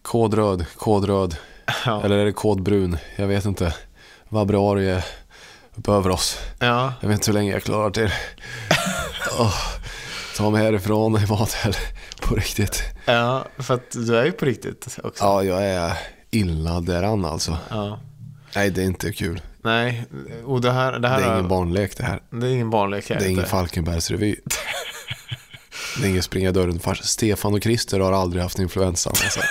Kodröd. Ja. Eller är det kodbrun? Jag vet inte. Vabruari är uppe över oss. Ja. Jag vet inte hur länge jag klarar till. Ta mig härifrån i Madel. På riktigt. Ja, för att du är ju på riktigt också. Ja, jag är illa däran alltså. Ja. Nej, det är inte kul. Nej, och det här Det är ingen barnlek det här. Det är ingen barnlek. Det är ingen Falkenbergsrevy. Det är ingen springa dörren. Stefan och Christer har aldrig haft influensan alltså.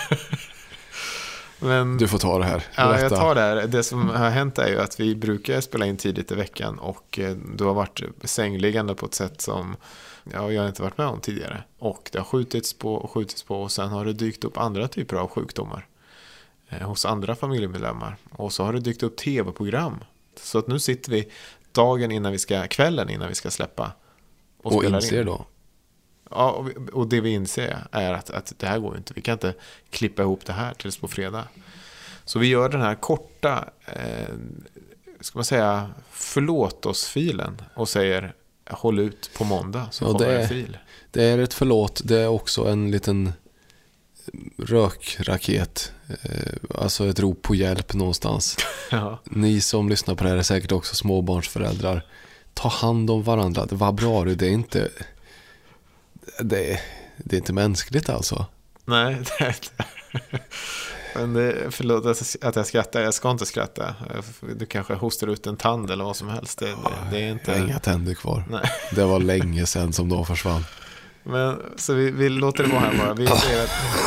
Men, du får ta det här. Ja, jag tar det här. Det som har hänt är ju att vi brukar spela in tidigt i veckan och du har varit sängliggande på ett sätt som jag har inte varit med om tidigare. Och det har skjutits på och sen har det dykt upp andra typer av sjukdomar hos andra familjemedlemmar. Och så har det dykt upp tv-program. Så att nu sitter vi kvällen innan vi ska släppa och inser in. Då? Ja, och det vi inser är att det här går inte. Vi kan inte klippa ihop det här tills på fredag. Så vi gör den här korta, ska man säga, förlåt oss-filen och säger håll ut på måndag så kommer en fil. Det är ett förlåt, det är också en liten rökraket, alltså ett rop på hjälp någonstans. Ja. Ni som lyssnar på det här är säkert också småbarnsföräldrar. Ta hand om varandra. Det var bra, det är inte... Det är inte mänskligt alltså. Nej, det är inte. Men förlåt att jag skrattar. Jag ska inte skratta. Du kanske hostar ut en tand eller vad som helst. Det är inte... Inga tänder kvar. Nej. Det var länge sedan som de försvann. Men, så vi låter det vara här bara. Vi säger att...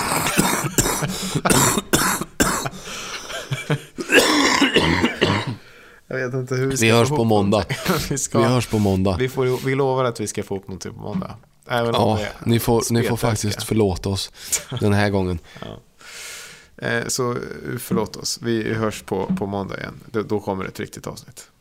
Jag vet inte hur vi hörs på måndag. Vi hörs på måndag. Vi lovar att vi ska få upp någonting på måndag. Även om ni får faktiskt förlåta oss den här gången. Ja. Så förlåt oss. Vi hörs på måndag igen. Då kommer ett riktigt avsnitt.